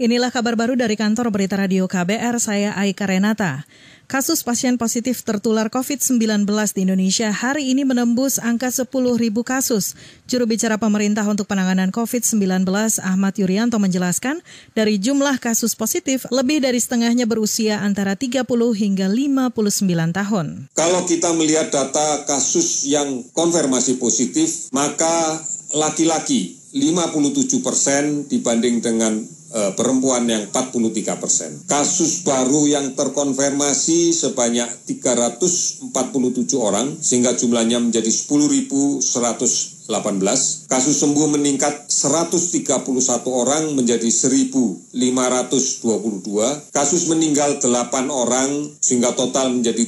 Inilah kabar baru dari kantor Berita Radio KBR, saya Aika Renata. Kasus pasien positif tertular COVID-19 di Indonesia hari ini menembus angka 10.000 kasus. Juru bicara pemerintah untuk penanganan COVID-19 Ahmad Yuryanto menjelaskan, dari jumlah kasus positif, lebih dari setengahnya berusia antara 30 hingga 59 tahun. Kalau kita melihat data kasus yang konfirmasi positif, maka laki-laki 57% dibanding dengan perempuan yang 43%. Kasus baru yang terkonfirmasi sebanyak 347 orang, sehingga jumlahnya menjadi 10.118. Kasus sembuh meningkat 131 orang menjadi 1.522. Kasus meninggal 8 orang, sehingga total menjadi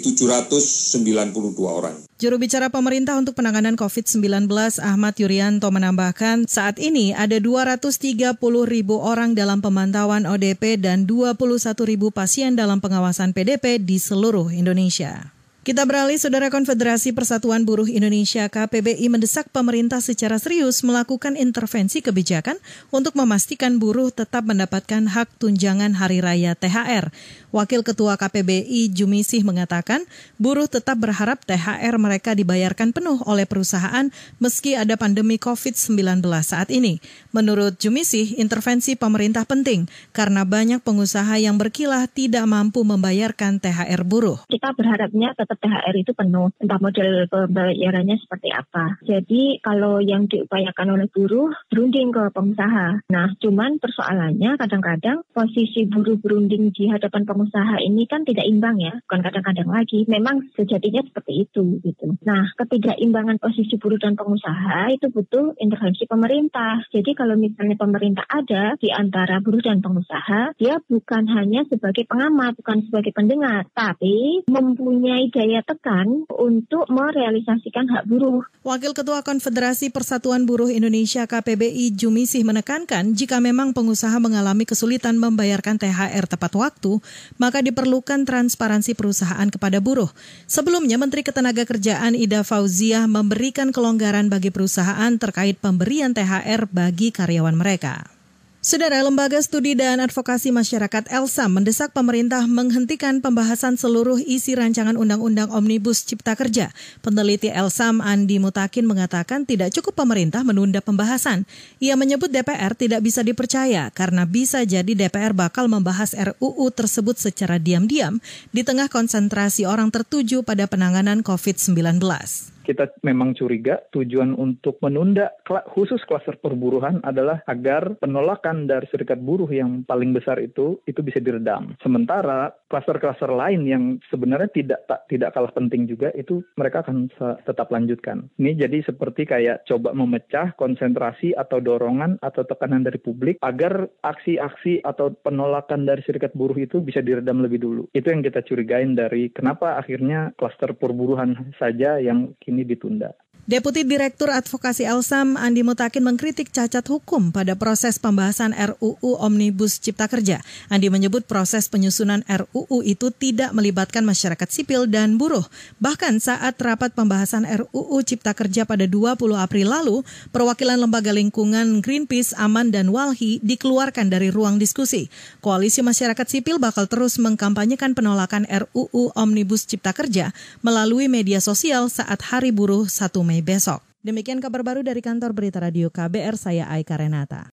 792 orang. Juru bicara pemerintah untuk penanganan COVID-19 Ahmad Yuryanto menambahkan, saat ini ada 230.000 orang dalam pemantauan ODP dan 21.000 pasien dalam pengawasan PDP di seluruh Indonesia. Kita beralih, Saudara. Konfederasi Persatuan Buruh Indonesia KPBI mendesak pemerintah secara serius melakukan intervensi kebijakan untuk memastikan buruh tetap mendapatkan hak tunjangan Hari Raya THR. Wakil Ketua KPBI Jumisih mengatakan, buruh tetap berharap THR mereka dibayarkan penuh oleh perusahaan meski ada pandemi COVID-19 saat ini. Menurut Jumisih, intervensi pemerintah penting karena banyak pengusaha yang berkilah tidak mampu membayarkan THR buruh. Kita berharapnya tetap THR itu penuh, entah model pembayarannya seperti apa. Jadi kalau yang diupayakan oleh buruh, berunding ke pengusaha. Nah, cuman persoalannya kadang-kadang posisi buruh berunding di hadapan pengusaha ini kan tidak imbang ya, bukan kadang-kadang lagi. Memang sejatinya seperti itu gitu. Nah, ketidakimbangan posisi buruh dan pengusaha itu butuh intervensi pemerintah. Jadi kalau misalnya pemerintah ada di antara buruh dan pengusaha, dia bukan hanya sebagai pengamat, bukan sebagai pendengar, tapi mempunyai daya tekan untuk merealisasikan hak buruh. Wakil Ketua Konfederasi Persatuan Buruh Indonesia KPBI Jumisih menekankan, jika memang pengusaha mengalami kesulitan membayarkan THR tepat waktu, maka diperlukan transparansi perusahaan kepada buruh. Sebelumnya, Menteri Ketenagakerjaan Ida Fauziah memberikan kelonggaran bagi perusahaan terkait pemberian THR bagi karyawan mereka. Saudara, Lembaga Studi dan Advokasi Masyarakat ELSAM mendesak pemerintah menghentikan pembahasan seluruh isi rancangan Undang-Undang Omnibus Cipta Kerja. Peneliti ELSAM Andi Mutakin mengatakan tidak cukup pemerintah menunda pembahasan. Ia menyebut DPR tidak bisa dipercaya karena bisa jadi DPR bakal membahas RUU tersebut secara diam-diam di tengah konsentrasi orang tertuju pada penanganan COVID-19. Kita memang curiga tujuan untuk menunda khusus klaster perburuhan adalah agar penolakan dari serikat buruh yang paling besar itu bisa diredam. Sementara klaster-klaster lain yang sebenarnya tidak kalah penting juga itu mereka akan tetap lanjutkan. Ini jadi seperti kayak coba memecah konsentrasi atau dorongan atau tekanan dari publik agar aksi-aksi atau penolakan dari serikat buruh itu bisa diredam lebih dulu. Itu yang kita curigain dari kenapa akhirnya klaster perburuhan saja yang ini ditunda. Deputi Direktur Advokasi ELSAM Andi Mutakin mengkritik cacat hukum pada proses pembahasan RUU Omnibus Cipta Kerja. Andi menyebut proses penyusunan RUU itu tidak melibatkan masyarakat sipil dan buruh. Bahkan saat rapat pembahasan RUU Cipta Kerja pada 20 April lalu, perwakilan lembaga lingkungan Greenpeace, Aman, dan Walhi dikeluarkan dari ruang diskusi. Koalisi masyarakat sipil bakal terus mengkampanyekan penolakan RUU Omnibus Cipta Kerja melalui media sosial saat Hari Buruh 1 Mei besok. Demikian kabar baru dari kantor Berita Radio KBR, saya Aika Renata.